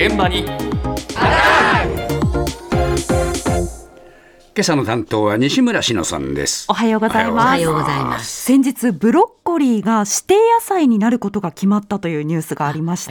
現場に今朝の担当は西村篠さんです。 おはようございます。 おはようございます。 先日ブロッコリーが指定野菜になることが決まったというニュースがありました。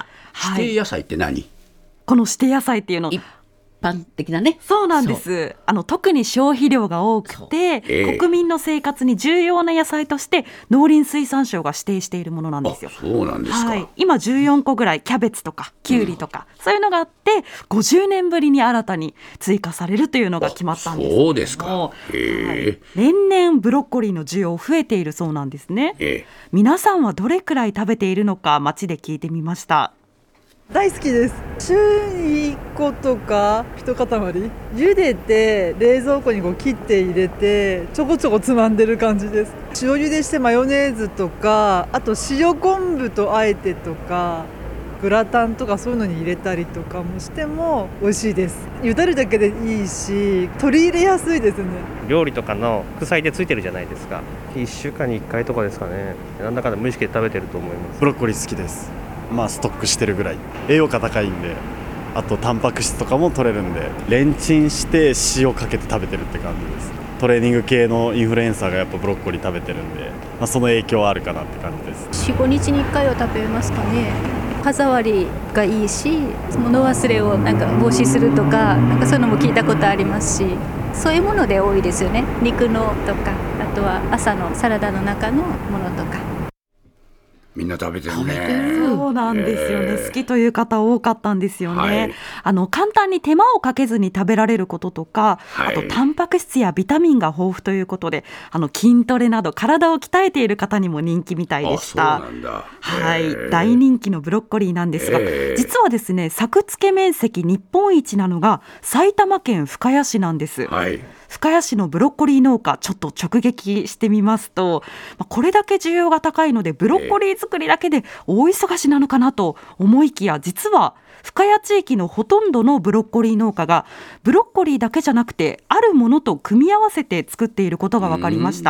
指定野菜って何？ この指定野菜っていうの一般的なね。 そうなんです。特に消費量が多くて、国民の生活に重要な野菜として農林水産省が指定しているものなんですよ。 そうなんですか。 今14個ぐらいキャベツとかキュウリとか、そういうのがあって50年ぶりに新たに追加されるというのが決まったんですけども。 そうですか。 年々ブロッコリーの需要増えているそうなんですね。皆さんはどれくらい食べているのか街で聞いてみました。 大好きです。週に1個とか一塊茹でて冷蔵庫に切って入れてちょこちょこつまんでる感じです。塩茹でしてマヨネーズとか、あと塩昆布とあえてとかグラタンとかそういうのに入れたりとかもしても美味しいです。茹でるだけでいいし取り入れやすいですね。 料理とかの副菜でついてるじゃないですか。1週間に1回とかですかね。なんだかんだ無意識で食べてると思います。 ブロッコリー好きです。ストックしてるぐらい栄養価高いんで、あとタンパク質とかも取れるんでレンチンして塩かけて食べてるって感じです。トレーニング系のインフルエンサーがやっぱブロッコリー食べてるんで、その影響はあるかなって感じです。 4,5 日に1回は食べますかね。歯触りがいいし、物忘れを防止するとか、そういうのも聞いたことありますし、そういうもので多いですよね。肉のとか、あとは朝のサラダの中のものとか。 みんな食べてるね。 そうなんですよね。好きという方多かったんですよね。簡単に手間をかけずに食べられることとか、あとタンパク質やビタミンが豊富ということで、筋トレなど体を鍛えている方にも人気みたいでした。 そうなんだ。 大人気のブロッコリーなんですが、実はですね、作付け面積日本一なのが埼玉県深谷市なんです。深谷市のブロッコリー農家ちょっと直撃してみますと、これだけ需要が高いのでブロッコリー作りだけで大忙しなのかなと思いきや、実は深谷地域のほとんどのブロッコリー農家がブロッコリーだけじゃなくてあるものと組み合わせて作っていることが分かりました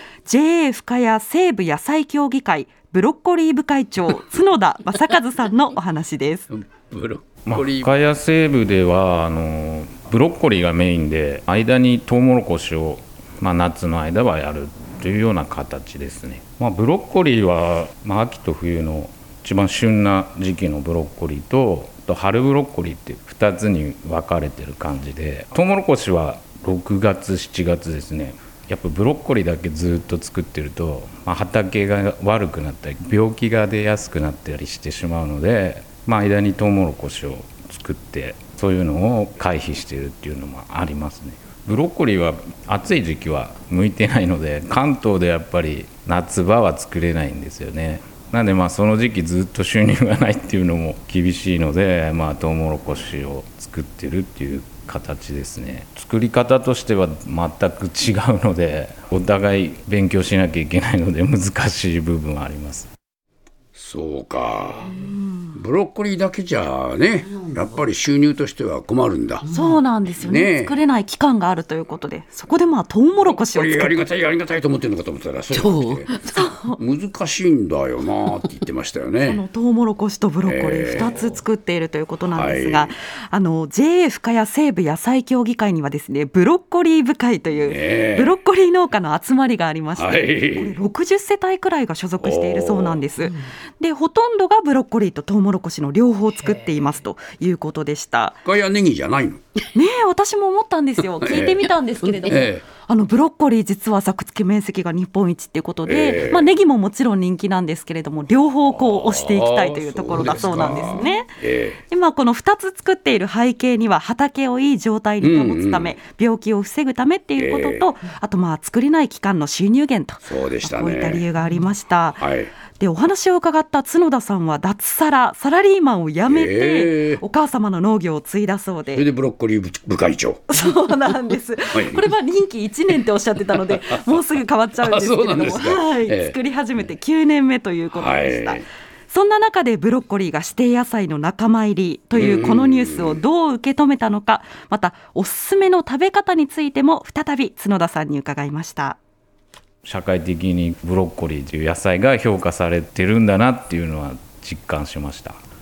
。JA 深谷西部野菜協議会ブロッコリー部会長角田正和さんのお話です。 深谷西部ではブロッコリーがメインで、間にトウモロコシを、夏の間はやるというような形ですね。ブロッコリーは、秋と冬の一番旬な時期のブロッコリーと春ブロッコリーって2つに分かれてる感じで、トウモロコシは6月7月ですね。やっぱブロッコリーだけずっと作ってると、畑が悪くなったり病気が出やすくなったりしてしまうので、間にトウモロコシを作ってそういうのを回避しているっていうのもありますね。ブロッコリーは暑い時期は向いてないので、関東でやっぱり夏場は作れないんですよね。なんでその時期ずっと収入がないっていうのも厳しいので、トウモロコシを作ってるっていう形ですね。作り方としては全く違うので、お互い勉強しなきゃいけないので難しい部分はあります。 そうか。ブロッコリーだけじゃね、やっぱり収入としては困るんだ。 そうなんですよね。作れない期間があるということで、そこでトウモロコシを作る。 ありがたいと思ってるのかと思ったら、そう難しいんだよなって言ってましたよね。 そのトウモロコシとブロッコリー2つ作っているということなんですが、JA 深谷西部野菜協議会にはですね、ブロッコリー部会というブロッコリー農家の集まりがありまして、これ60世帯くらいが所属しているそうなんです。で、ほとんどがブロッコリーとトウモロコシの両方作っていますということでした。 深谷ネギじゃないの？ 私も思ったんですよ。聞いてみたんですけれども、ブロッコリー実は作付け面積が日本一っていうことで、ネギももちろん人気なんですけれども、両方推していきたいというところだそうなんですね。今この2つ作っている背景には、畑をいい状態に保つため、病気を防ぐためっていうことと、あと作れない期間の収入源と、 そうでしたね。 こういった理由がありました。で、お話を伺った角田さんは脱サラリーマンを辞めて、お母様の農業を継いだそうで、 それでブロッコリー部会長。 そうなんです。これは任期1年っておっしゃってたのでもうすぐ変わっちゃうんですけれども、作り始めて9年目ということでした。そんな中でブロッコリーが指定野菜の仲間入りというこのニュースをどう受け止めたのか、またおすすめの食べ方についても再び角田さんに伺いました。 社会的にブロッコリーという野菜が評価されてるんだなっていうのは実感しました。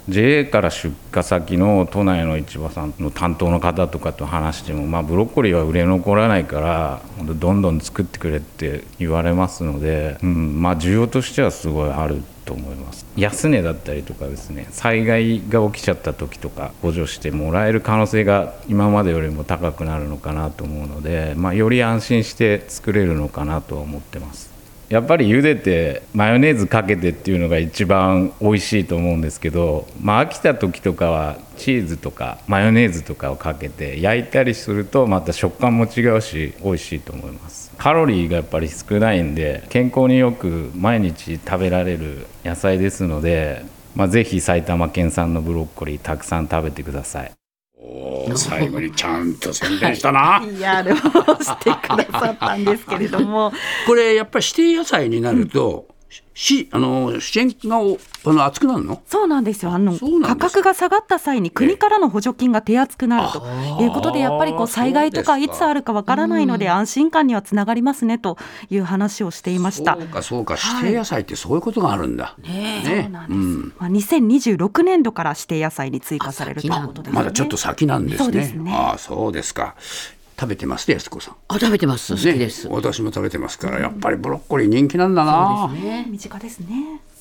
JA から出荷先の都内の市場さんの担当の方とかと話しても、ブロッコリーは売れ残らないからどんどん作ってくれって言われますので、需要としてはすごいあると思います。安値だったりとかですね、災害が起きちゃった時とか補助してもらえる可能性が今までよりも高くなるのかなと思うので、より安心して作れるのかなと思ってます。やっぱり茹でてマヨネーズかけてっていうのが一番美味しいと思うんですけど、飽きた時とかはチーズとかマヨネーズとかをかけて焼いたりするとまた食感も違うし美味しいと思います。カロリーがやっぱり少ないんで健康によく毎日食べられる野菜ですので、ぜひ埼玉県産のブロッコリーたくさん食べてください。 最後にちゃんと宣伝したな。 PR をしてくださったんですけれどもこれやっぱり指定野菜になると、支援が厚くなるの？ そうなんですよ。価格が下がった際に国からの補助金が手厚くなるということで、やっぱり災害とかいつあるかわからないので安心感にはつながりますねという話をしていました。 そうか、指定野菜ってそういうことがあるんだ。 そうなんです。2026年度から指定野菜に追加されるということですね。 まだちょっと先なんですね。 そうですね。 そうですか。食べてますね、安子さん。 食べてます。好きです。 私も食べてますから、やっぱりブロッコリー人気なんだな。 そうですね。 身近ですね。